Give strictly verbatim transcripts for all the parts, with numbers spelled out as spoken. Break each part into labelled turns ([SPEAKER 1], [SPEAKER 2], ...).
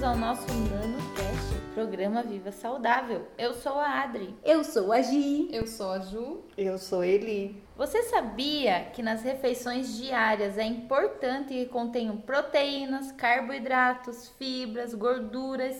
[SPEAKER 1] ao nosso NanoCast, programa Viva Saudável. Eu sou a Adri.
[SPEAKER 2] Eu sou a Gi.
[SPEAKER 3] Eu sou a Ju.
[SPEAKER 4] Eu sou a Eli.
[SPEAKER 1] Você sabia que nas refeições diárias é importante que contenham proteínas, carboidratos, fibras, gorduras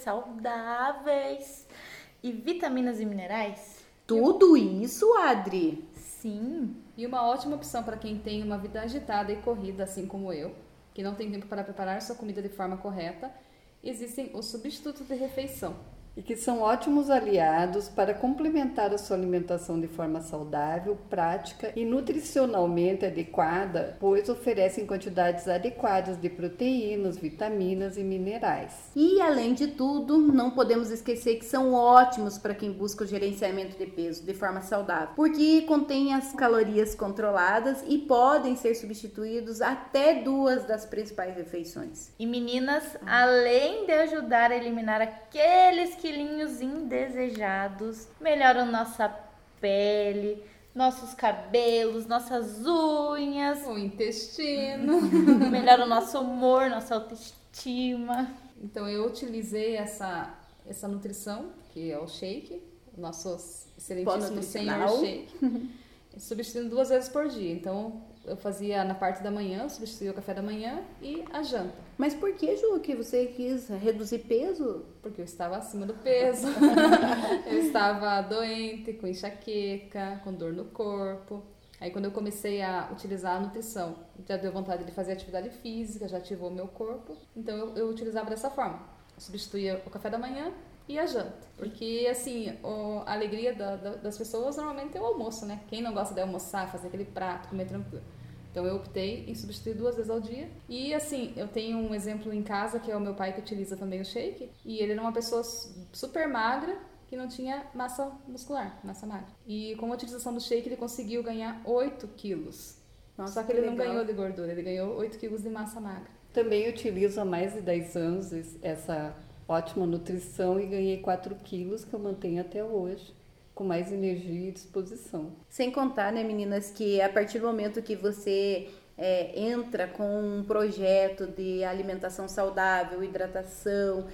[SPEAKER 1] saudáveis e vitaminas e minerais?
[SPEAKER 2] Tudo isso, Adri?
[SPEAKER 1] Sim.
[SPEAKER 3] E uma ótima opção para quem tem uma vida agitada e corrida, assim como eu, que não tem tempo para preparar sua comida de forma correta, existem os substitutos de refeição.
[SPEAKER 4] E que são ótimos aliados para complementar a sua alimentação de forma saudável, prática e nutricionalmente adequada, pois oferecem quantidades adequadas de proteínas, vitaminas e minerais.
[SPEAKER 2] E, além de tudo, não podemos esquecer que são ótimos para quem busca o gerenciamento de peso de forma saudável, porque contêm as calorias controladas e podem ser substituídos até duas das principais refeições.
[SPEAKER 1] E meninas, além de ajudar a eliminar aqueles quilinhos indesejados, melhoram nossa pele, nossos cabelos, nossas unhas,
[SPEAKER 3] O intestino.
[SPEAKER 1] melhora o nosso humor, nossa autoestima.
[SPEAKER 3] Então eu utilizei essa, essa nutrição, que é o shake, o nosso excelentíssimo senhor shake, substituindo duas vezes por dia. Então eu fazia na parte da manhã, substituía o café da manhã e a janta.
[SPEAKER 2] Mas por que, Ju, que você quis reduzir peso?
[SPEAKER 3] Porque eu estava acima do peso, eu estava doente, com enxaqueca, com dor no corpo. Aí quando eu comecei a utilizar a nutrição, já deu vontade de fazer atividade física, já ativou o meu corpo. Então eu, eu utilizava dessa forma. Eu substituía o café da manhã e a janta. Porque, assim, o, a alegria da, da, das pessoas normalmente é o almoço, né? Quem não gosta de almoçar, fazer aquele prato, comer tranquilo. Então eu optei em substituir duas vezes ao dia. E assim, eu tenho um exemplo em casa, que é o meu pai, que utiliza também o shake. E ele era uma pessoa super magra, que não tinha massa muscular, massa magra. E com a utilização do shake, ele conseguiu ganhar oito quilos.
[SPEAKER 2] Nossa,
[SPEAKER 3] Só que,
[SPEAKER 2] que
[SPEAKER 3] ele
[SPEAKER 2] legal.
[SPEAKER 3] não ganhou de gordura, ele ganhou oito quilos de massa magra.
[SPEAKER 4] Também utilizo há mais de dez anos essa ótima nutrição e ganhei quatro quilos que eu mantenho até hoje, com mais energia e disposição.
[SPEAKER 2] Sem contar, né, meninas, que a partir do momento que você é, entra com um projeto de alimentação saudável, hidratação,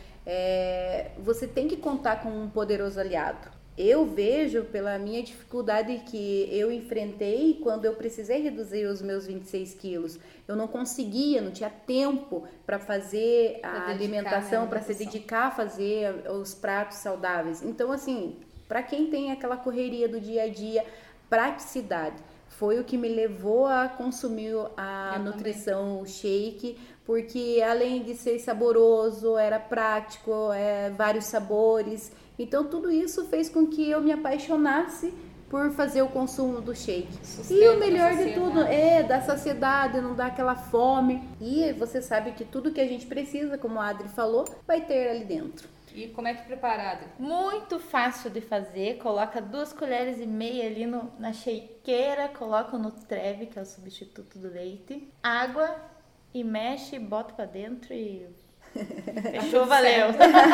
[SPEAKER 2] é, você tem que contar com um poderoso aliado. Eu vejo pela minha dificuldade que eu enfrentei quando eu precisei reduzir os meus vinte e seis quilos. Eu não conseguia, não tinha tempo para fazer a
[SPEAKER 3] Pra dedicar,
[SPEAKER 2] alimentação,
[SPEAKER 3] né,
[SPEAKER 2] para se
[SPEAKER 3] alimentação.
[SPEAKER 2] dedicar a fazer os pratos saudáveis. Então, assim, para quem tem aquela correria do dia a dia, praticidade foi o que me levou a consumir a
[SPEAKER 3] Eu
[SPEAKER 2] nutrição shake, porque além de ser saboroso, era prático, é, vários sabores. Então tudo isso fez com que eu me apaixonasse por fazer o consumo do shake.
[SPEAKER 3] Sustento
[SPEAKER 2] E o melhor
[SPEAKER 3] da
[SPEAKER 2] de
[SPEAKER 3] saciedade.
[SPEAKER 2] tudo é da saciedade, não dá aquela fome. E você sabe que tudo que a gente precisa, como a Adri falou, vai ter ali dentro.
[SPEAKER 3] E como é que prepara, Adri?
[SPEAKER 1] Muito fácil de fazer, coloca duas colheres e meia ali no, na shakeira, coloca o Nutreve, que é o substituto do leite, água e mexe, bota pra dentro e fechou, valeu.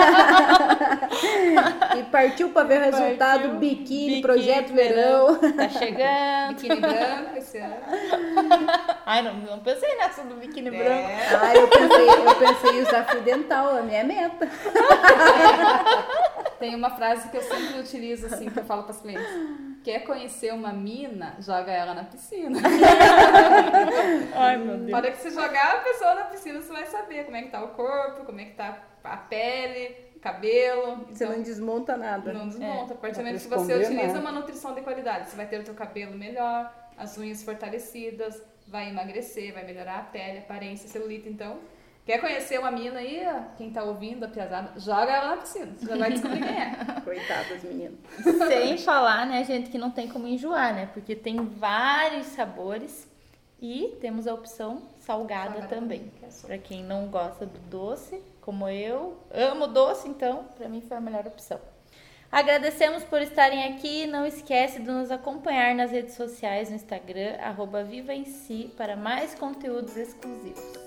[SPEAKER 2] E partiu para ver o resultado,
[SPEAKER 1] Partiu.
[SPEAKER 2] biquíni,
[SPEAKER 1] Biquíni,
[SPEAKER 2] projeto verão.
[SPEAKER 1] Tá chegando.
[SPEAKER 3] Biquíni branco esse ano.
[SPEAKER 1] Ai, não, não pensei nessa do biquíni branco.
[SPEAKER 3] É.
[SPEAKER 2] Ah, eu pensei, eu pensei em usar fio dental, a minha meta.
[SPEAKER 3] Tem uma frase que eu sempre utilizo, assim, que eu falo para os clientes. Quer conhecer uma mina, joga ela na piscina.
[SPEAKER 1] Ai, meu Deus.
[SPEAKER 3] Na hora que você jogar a pessoa na piscina, você vai saber como é que tá o corpo, como é que tá a pele, o cabelo.
[SPEAKER 2] Você
[SPEAKER 3] Então,
[SPEAKER 2] não desmonta nada.
[SPEAKER 3] não desmonta. A partir do
[SPEAKER 4] Não
[SPEAKER 3] momento que
[SPEAKER 4] precisa
[SPEAKER 3] você
[SPEAKER 4] esconder
[SPEAKER 3] utiliza
[SPEAKER 4] nada.
[SPEAKER 3] uma nutrição de qualidade, você vai ter o teu cabelo melhor, as unhas fortalecidas, vai emagrecer, vai melhorar a pele, a aparência, celulite. Então, quer conhecer uma mina aí, ó, quem tá ouvindo a piazada, joga ela na piscina. Você já vai descobrir quem é.
[SPEAKER 2] Coitadas, meninas.
[SPEAKER 1] Sem falar, né, gente, que não tem como enjoar, né? Porque tem vários sabores e temos a opção salgada,
[SPEAKER 3] Salgada
[SPEAKER 1] também.
[SPEAKER 3] também, que é só.
[SPEAKER 1] Pra quem não gosta do doce, como eu, amo doce, então pra mim foi a melhor opção. Agradecemos por estarem aqui. Não esquece de nos acompanhar nas redes sociais, no Instagram, arroba Viva em Si, para mais conteúdos exclusivos.